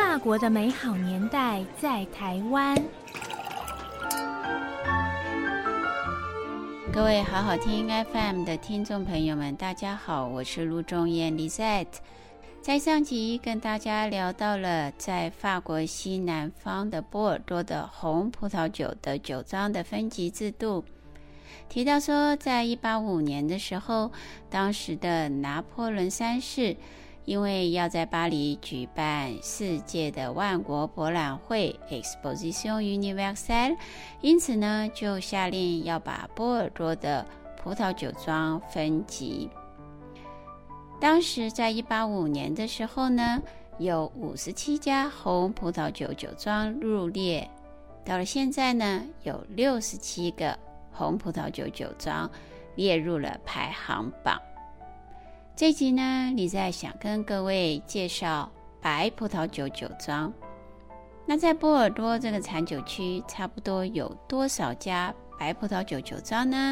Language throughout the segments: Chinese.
法国的美好年代在台湾。 各位好好听 FM 的听众朋友们，大家好，我是陆仲燕 Lisette。 在上集跟大家聊到了在法国西南方的波尔多的红葡萄酒的酒庄的分级制度，提到说在1855年的时候，当时的拿破仑三世因为要在巴黎举办世界的万国博览会 Exposition Universelle， 因此呢就下令要把波尔多的葡萄酒庄分级。当时在1855年的时候呢，有57家红葡萄酒酒庄入列，到了现在呢，有67个红葡萄酒酒庄列入了排行榜。这集呢，李在想跟各位介绍白葡萄酒酒庄。那在波尔多这个产酒区，差不多有多少家白葡萄酒酒庄呢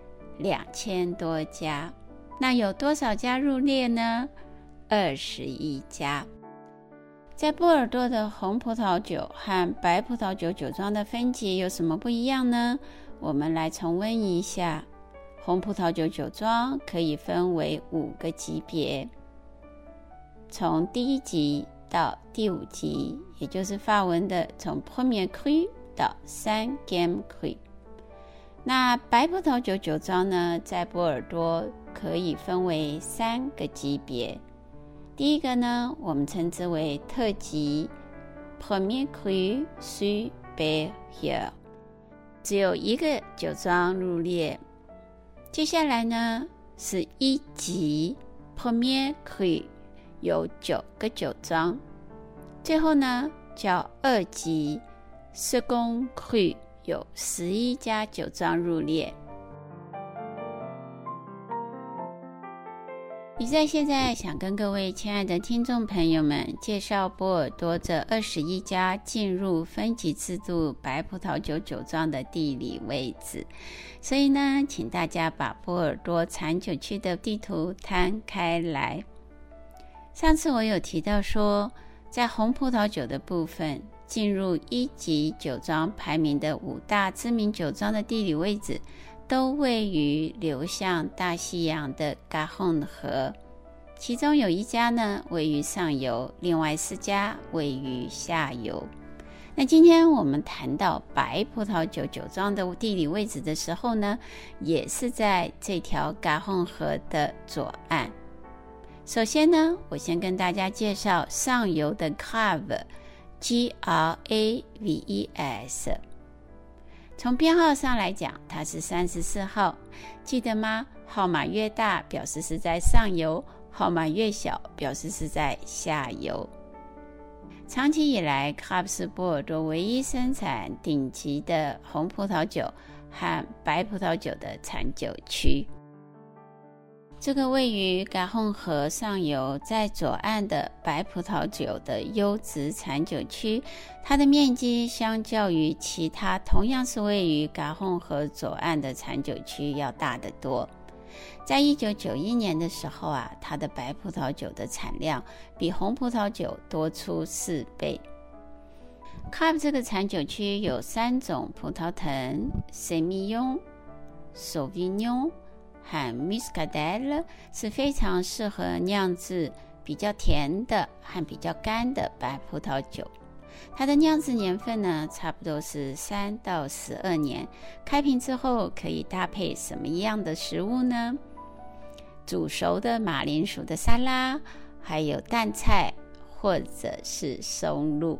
？2000多家。那有多少家入列呢？21家。在波尔多的红葡萄酒和白葡萄酒酒庄的分级有什么不一样呢？我们来重温一下。红葡萄酒酒庄可以分为5个级别，从第1级到第5级，也就是法文的从 Premier Cru 到 Cinquième Cru。那白葡萄酒酒庄呢，在波尔多可以分为3个级别。第一个呢，我们称之为特级 Premier Cru Supérieur， 只有1个酒庄入列。接下来呢是1级 Premier Cru， 有9个酒庄。最后呢叫2级 Second Cru， 有11家酒庄入列。李在现在想跟各位亲爱的听众朋友们介绍波尔多这21家进入分级制度白葡萄酒酒庄的地理位置，所以呢，请大家把波尔多产酒区的地图摊开来。上次我有提到说，在红葡萄酒的部分，进入1级酒庄排名的5大知名酒庄的地理位置都位于流向大西洋的嘎洪河，其中有1家呢位于上游，另外4家位于下游。那今天我们谈到白葡萄酒酒庄的地理位置的时候呢，也是在这条嘎洪河的左岸。首先呢，我先跟大家介绍上游的 Graves Graves， 从编号上来讲，它是34号，记得吗？号码越大表示是在上游，号码越小表示是在下游。长期以来，Graves是波尔多唯一生产顶级的红葡萄酒和白葡萄酒的产酒区。这个位于嘎洪河上游在左岸的白葡萄酒的优质产酒区，它的面积相较于其他同样是位于嘎洪河左岸的产酒区要大得多。在1991年的时候啊，它的白葡萄酒的产量比红葡萄酒多出4倍。Graves 这个产酒区有3种葡萄藤 Semillon、Sauvignon 和 Muscadelle， 是非常适合酿制比较甜的和比较干的白葡萄酒。它的酿制年份呢，差不多是3到12年。开瓶之后可以搭配什么样的食物呢？煮熟的马铃薯的沙拉，还有淡菜或者是松露。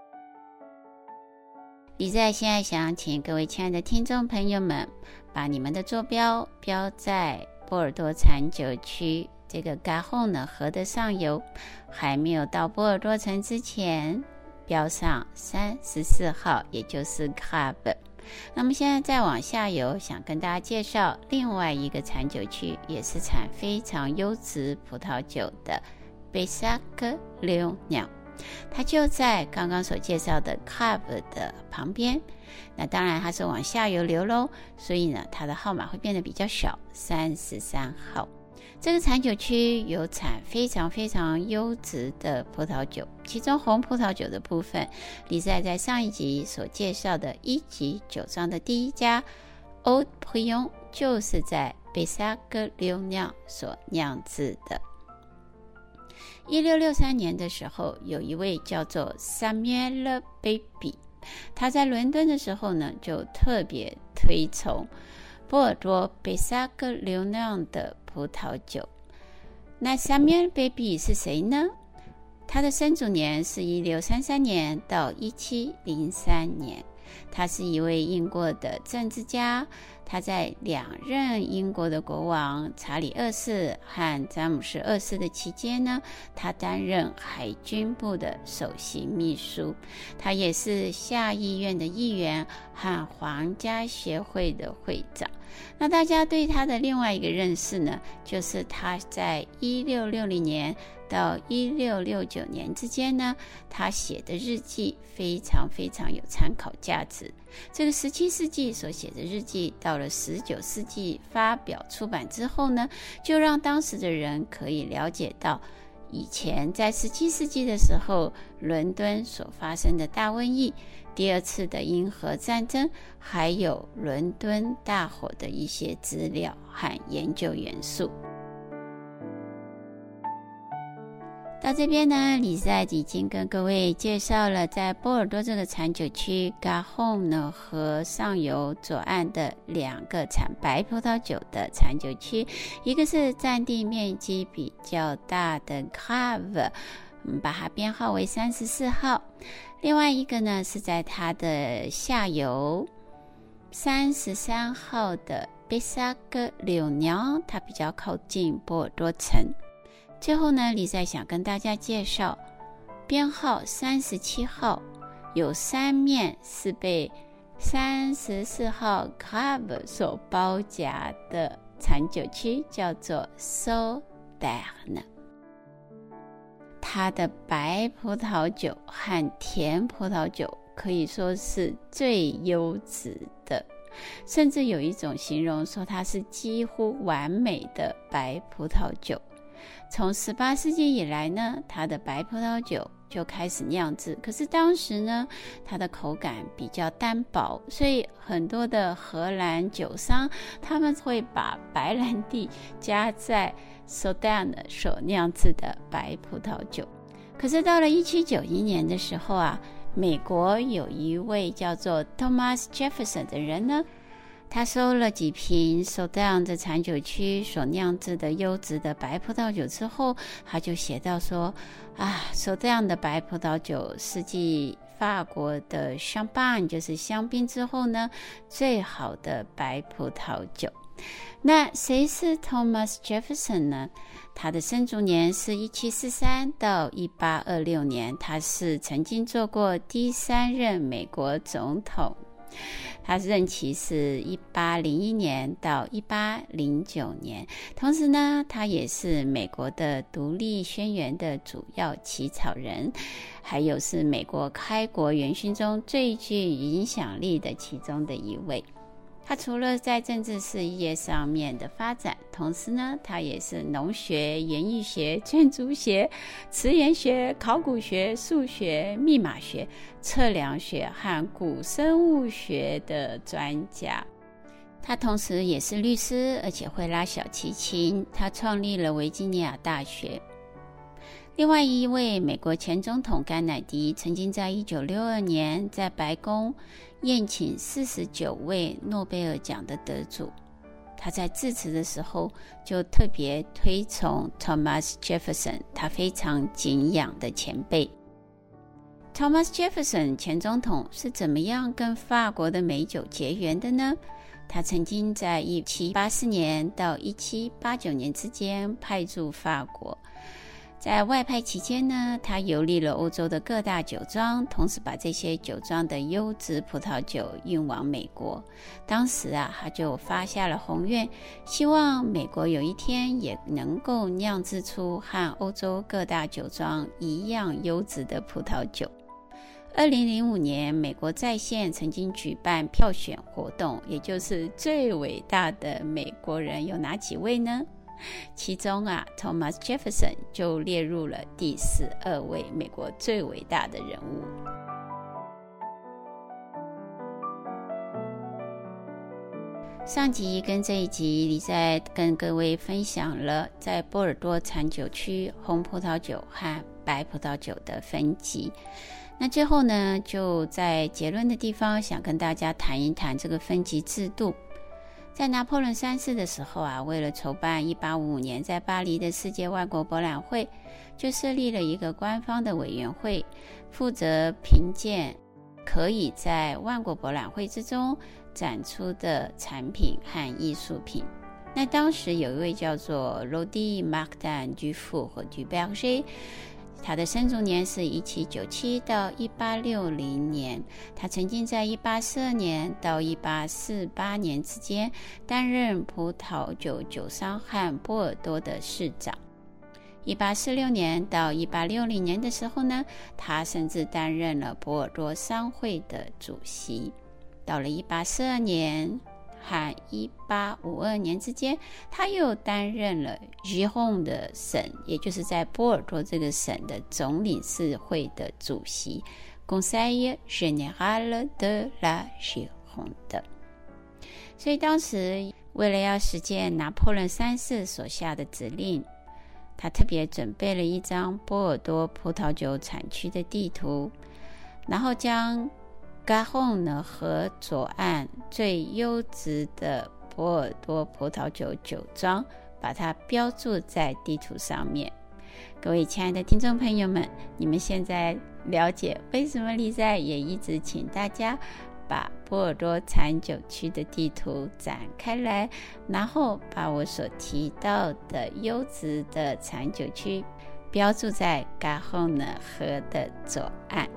李在现在想请各位亲爱的听众朋友们，把你们的坐标标在波尔多产酒区这个嘎洪河的上游，还没有到波尔多城之前标上34号，也就是 Graves。 那么现在再往下游，想跟大家介绍另外一个产酒区，也是产非常优质葡萄酒的 Pessac-Léognan， 它就在刚刚所介绍的 Graves 的旁边。那当然它是往下游流咯，所以呢它的号码会变得比较小，33号。 这个产酒区有产非常非常优质的葡萄酒，其中红葡萄酒的部分，李赛在上一集所介绍的一级酒庄的第一家 Haut Brion 就是在贝萨格留酿所酿制的。1663年的时候，有一位叫做 Samuel Baby， 他在伦敦的时候呢，就特别推崇波尔多贝萨格留酿的葡萄酒。那 Samuel Baby 是谁呢？他的生卒年是1633年到1703年，他是一位英国的政治家，他在2任英国的国王查理2世和詹姆士2世的期间呢，他担任海军部的首席秘书，他也是下议院的议员和皇家协会的会长。那大家对他的另外一个认识呢，就是他在1660年到1669年之间呢，他写的日记非常非常有参考价值。这个17世纪所写的日记到了19世纪发表出版之后呢，就让当时的人可以了解到以前在17世纪的时候伦敦所发生的大瘟疫，第2次的英荷战争，还有伦敦大火的一些资料和研究元素。到这边呢，李赛已经跟各位介绍了在波尔多这个产酒区 Garonne 河上游左岸的2个产白葡萄酒的产酒区，一个是占地面积比较大的 Grave， 把它编号为34号，另外一个呢是在它的下游33号的贝萨格柳娘，它比较靠近波尔多城。最后呢，李赛想跟大家介绍编号37号，有3面是被34号 Grave 所包夹的产酒区，叫做 Sauternes。 它的白葡萄酒和甜葡萄酒可以说是最优质的，甚至有一种形容说它是几乎完美的白葡萄酒。从18世纪以来呢，它的白葡萄酒就开始酿制，可是当时呢，它的口感比较单薄，所以很多的荷兰酒商他们会把白兰地加在 Sauternes 所酿制的白葡萄酒。可是到了1791年的时候啊，美国有一位叫做 Thomas Jefferson 的人呢，他收了几瓶 Sauternes 的产酒区所酿制的优质的白葡萄酒之后，他就写到说Sauternes 的白葡萄酒是继法国的 Champagne 就是香槟之后呢，最好的白葡萄酒。那谁是 Thomas Jefferson 呢？他的生卒年是1743到1826年，他是曾经做过第3任美国总统，他任期是1801年到1809年，同时呢，他也是美国的独立宣言的主要起草人，还有是美国开国元勋中最具影响力的其中的一位。他除了在政治事业上面的发展，同时呢，他也是农学、园艺学、建筑学、词源学、考古学、数学、密码学、测量学和古生物学的专家。他同时也是律师，而且会拉小提琴。他创立了维吉尼亚大学。另外一位美国前总统甘乃迪曾经在1962年在白宫宴请49位诺贝尔奖的得主，他在致辞的时候就特别推崇 Thomas Jefferson， 他非常敬仰的前辈。Thomas Jefferson 前总统是怎么样跟法国的美酒结缘的呢？他曾经在1784年到1789年之间派驻法国，在外派期间呢，他游历了欧洲的各大酒庄，同时把这些酒庄的优质葡萄酒运往美国。当时他就发下了宏愿，希望美国有一天也能够酿制出和欧洲各大酒庄一样优质的葡萄酒。2005年，美国在线曾经举办票选活动，也就是最伟大的美国人有哪几位呢？ 其中Thomas Jefferson 就列入了第12位美国最伟大的人物。上集跟这一集李在跟各位分享了在波尔多产酒区红葡萄酒和白葡萄酒的分级。那最后呢，就在结论的地方想跟大家谈一谈这个分级制度。在拿破仑3世的时候为了筹办1855年在巴黎的世界万国博览会，就设立了一个官方的委员会，负责评鉴可以在万国博览会之中展出的产品和艺术品。那当时有一位叫做 Rodi Martin Dufour du Berger，他的生卒年是1797到1860年，他曾经在1842年到1848年之间担任葡萄酒酒商和波尔多的市长。1846年到1860年的时候呢，他甚至担任了波尔多商会的主席。到了1842年和1852年之间，他又担任了 Gironde 的省，也就是在波尔多这个省的总理事会的主席 Conseil Général de la Gironde。 所以当时为了要实践拿破仑3世所下的指令，他特别准备了一张波尔多葡萄酒产区的地图，然后将Garonne 河左岸最优质的波尔多葡萄酒酒庄把它标注在地图上面。各位亲爱的听众朋友们，你们现在了解为什么丽在也一直请大家把波尔多产酒区的地图展开来，然后把我所提到的优质的产酒区标注在Garonne河的左岸。